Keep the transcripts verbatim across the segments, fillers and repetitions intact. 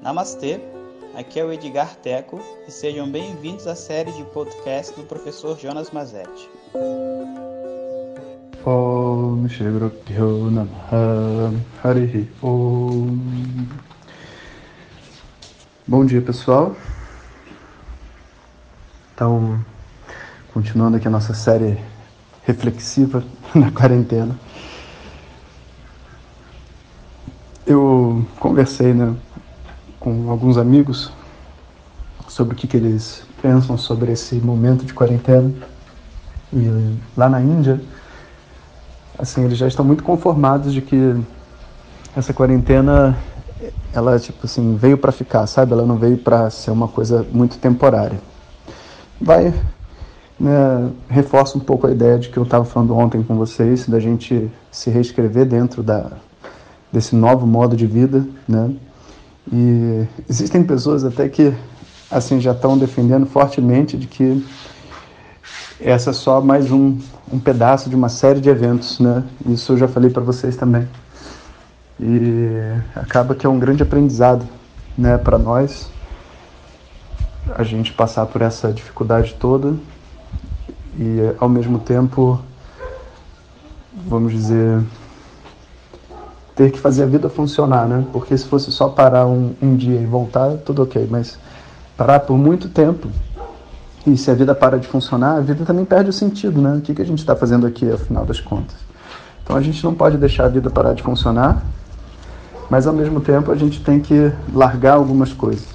Namastê, aqui é o Edgar Teco e sejam bem-vindos à série de podcast do professor Jonas Mazetti. Om Shri Guru Namaha Harihi Om. Bom dia, pessoal. Então, continuando aqui a nossa série reflexiva na quarentena. Eu conversei, né, com alguns amigos sobre o que, que eles pensam sobre esse momento de quarentena. E lá na Índia, assim, eles já estão muito conformados de que essa quarentena, ela, tipo assim, veio para ficar, sabe? Ela não veio para ser uma coisa muito temporária. Vai, né, reforça um pouco a ideia de que eu estava falando ontem com vocês, da gente se reescrever dentro da, desse novo modo de vida, né? E existem pessoas até que, assim, já estão defendendo fortemente de que essa é só mais um, um pedaço de uma série de eventos, né? Isso eu já falei para vocês também. E acaba que é um grande aprendizado, né, para nós, a gente passar por essa dificuldade toda e, ao mesmo tempo, vamos dizer, ter que fazer a vida funcionar, né? Porque se fosse só parar um, um dia e voltar, tudo ok, mas parar por muito tempo, e se a vida para de funcionar, a vida também perde o sentido, né? O que, que a gente está fazendo aqui, afinal das contas? Então a gente não pode deixar a vida parar de funcionar, mas ao mesmo tempo a gente tem que largar algumas coisas.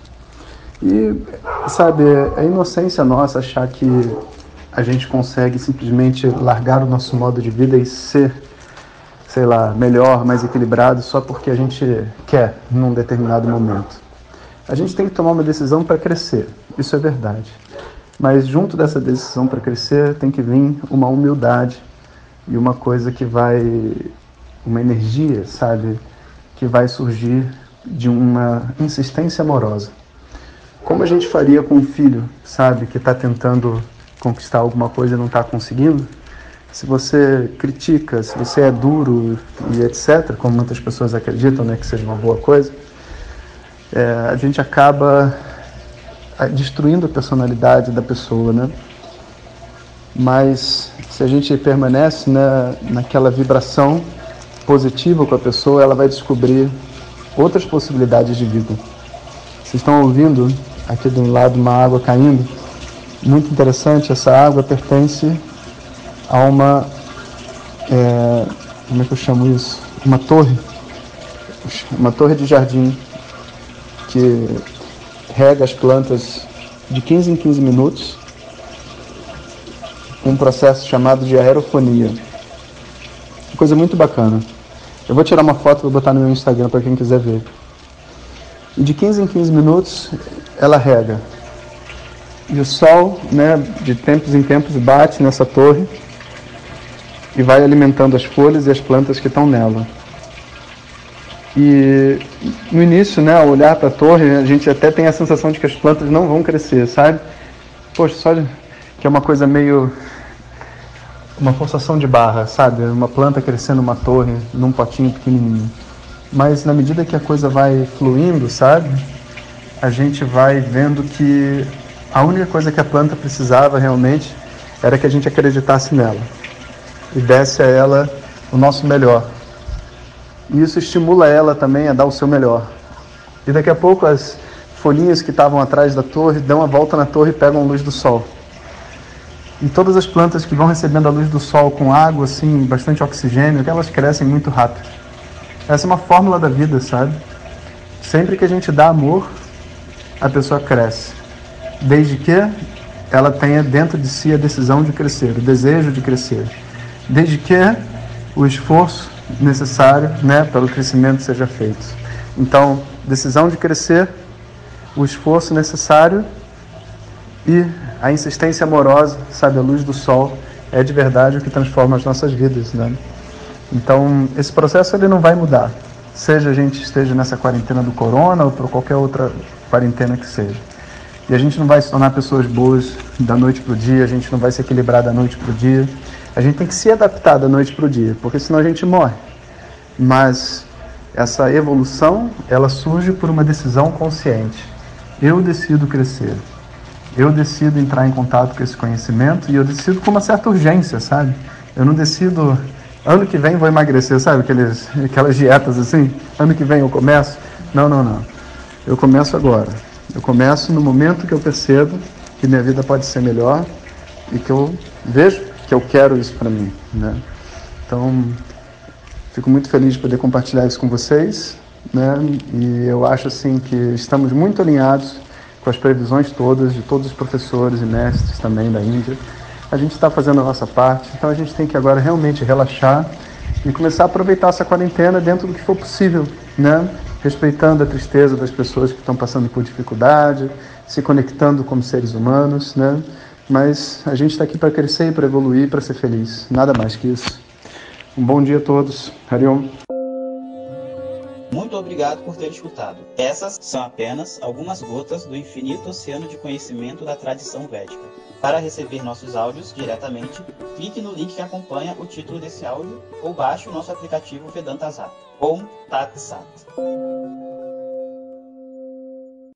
E, sabe, é inocência nossa achar que a gente consegue simplesmente largar o nosso modo de vida e ser, sei lá, melhor, mais equilibrado, só porque a gente quer num determinado momento. A gente tem que tomar uma decisão para crescer, isso é verdade. Mas junto dessa decisão para crescer tem que vir uma humildade e uma coisa que vai, uma energia, sabe, que vai surgir de uma insistência amorosa. Como a gente faria com um filho, sabe, que está tentando conquistar alguma coisa e não está conseguindo? Se você critica, se você é duro e etcétera, como muitas pessoas acreditam, né, que seja uma boa coisa, é, a gente acaba destruindo a personalidade da pessoa, né? Mas se a gente permanece, né, naquela vibração positiva com a pessoa, ela vai descobrir outras possibilidades de vida. Vocês estão ouvindo aqui do lado uma água caindo? Muito interessante, essa água pertence a uma, é, como é que eu chamo isso? Uma torre, uma torre de jardim que rega as plantas de quinze em quinze minutos, um processo chamado de aerofonia. Uma coisa muito bacana. Eu vou tirar uma foto e vou botar no meu Instagram para quem quiser ver. E de quinze em quinze minutos ela rega. E o sol, né, de tempos em tempos bate nessa torre e vai alimentando as folhas e as plantas que estão nela. E no início, né, ao olhar para a torre, a gente até tem a sensação de que as plantas não vão crescer, sabe? Poxa, só que é uma coisa meio, uma forçação de barra, sabe? Uma planta crescendo numa torre, num potinho pequenininho. Mas na medida que a coisa vai fluindo, sabe? A gente vai vendo que a única coisa que a planta precisava realmente era que a gente acreditasse nela e desse a ela o nosso melhor. E isso estimula ela também a dar o seu melhor. E daqui a pouco as folhinhas que estavam atrás da torre dão a volta na torre e pegam a luz do sol. E todas as plantas que vão recebendo a luz do sol com água, assim, bastante oxigênio, elas crescem muito rápido. Essa é uma fórmula da vida, sabe? Sempre que a gente dá amor, a pessoa cresce. Desde que ela tenha dentro de si a decisão de crescer, o desejo de crescer. Desde que o esforço necessário, né, para o crescimento seja feito. Então, decisão de crescer, o esforço necessário e a insistência amorosa, sabe, a luz do sol, é de verdade o que transforma as nossas vidas, né? Então, esse processo ele não vai mudar, seja a gente esteja nessa quarentena do corona ou por qualquer outra quarentena que seja. E a gente não vai se tornar pessoas boas da noite para o dia, a gente não vai se equilibrar da noite para o dia. A gente tem que se adaptar da noite para o dia, porque senão a gente morre. Mas Essa evolução, ela surge por uma decisão consciente. Eu decido crescer. Eu decido entrar em contato com esse conhecimento e eu decido com uma certa urgência, sabe? Eu não decido, ano que vem vou emagrecer, sabe? Aqueles, aquelas dietas assim, ano que vem eu começo. Não, não, não. Eu começo agora. Eu começo no momento que eu percebo que minha vida pode ser melhor e que eu vejo que eu quero isso para mim, né? Então, fico muito feliz de poder compartilhar isso com vocês, né? E eu acho assim que estamos muito alinhados com as previsões todas de todos os professores e mestres também da Índia. A gente está fazendo a nossa parte, então a gente tem que agora realmente relaxar e começar a aproveitar essa quarentena dentro do que for possível, né? Respeitando a tristeza das pessoas que estão passando por dificuldade, se conectando como seres humanos, né? Mas a gente está aqui para crescer, para evoluir, para ser feliz. Nada mais que isso. Um bom dia a todos. Hariom. Muito obrigado por ter escutado. Essas são apenas algumas gotas do infinito oceano de conhecimento da tradição védica. Para receber nossos áudios diretamente, clique no link que acompanha o título desse áudio ou baixe o nosso aplicativo Vedanta Zat. Om Tat Sat.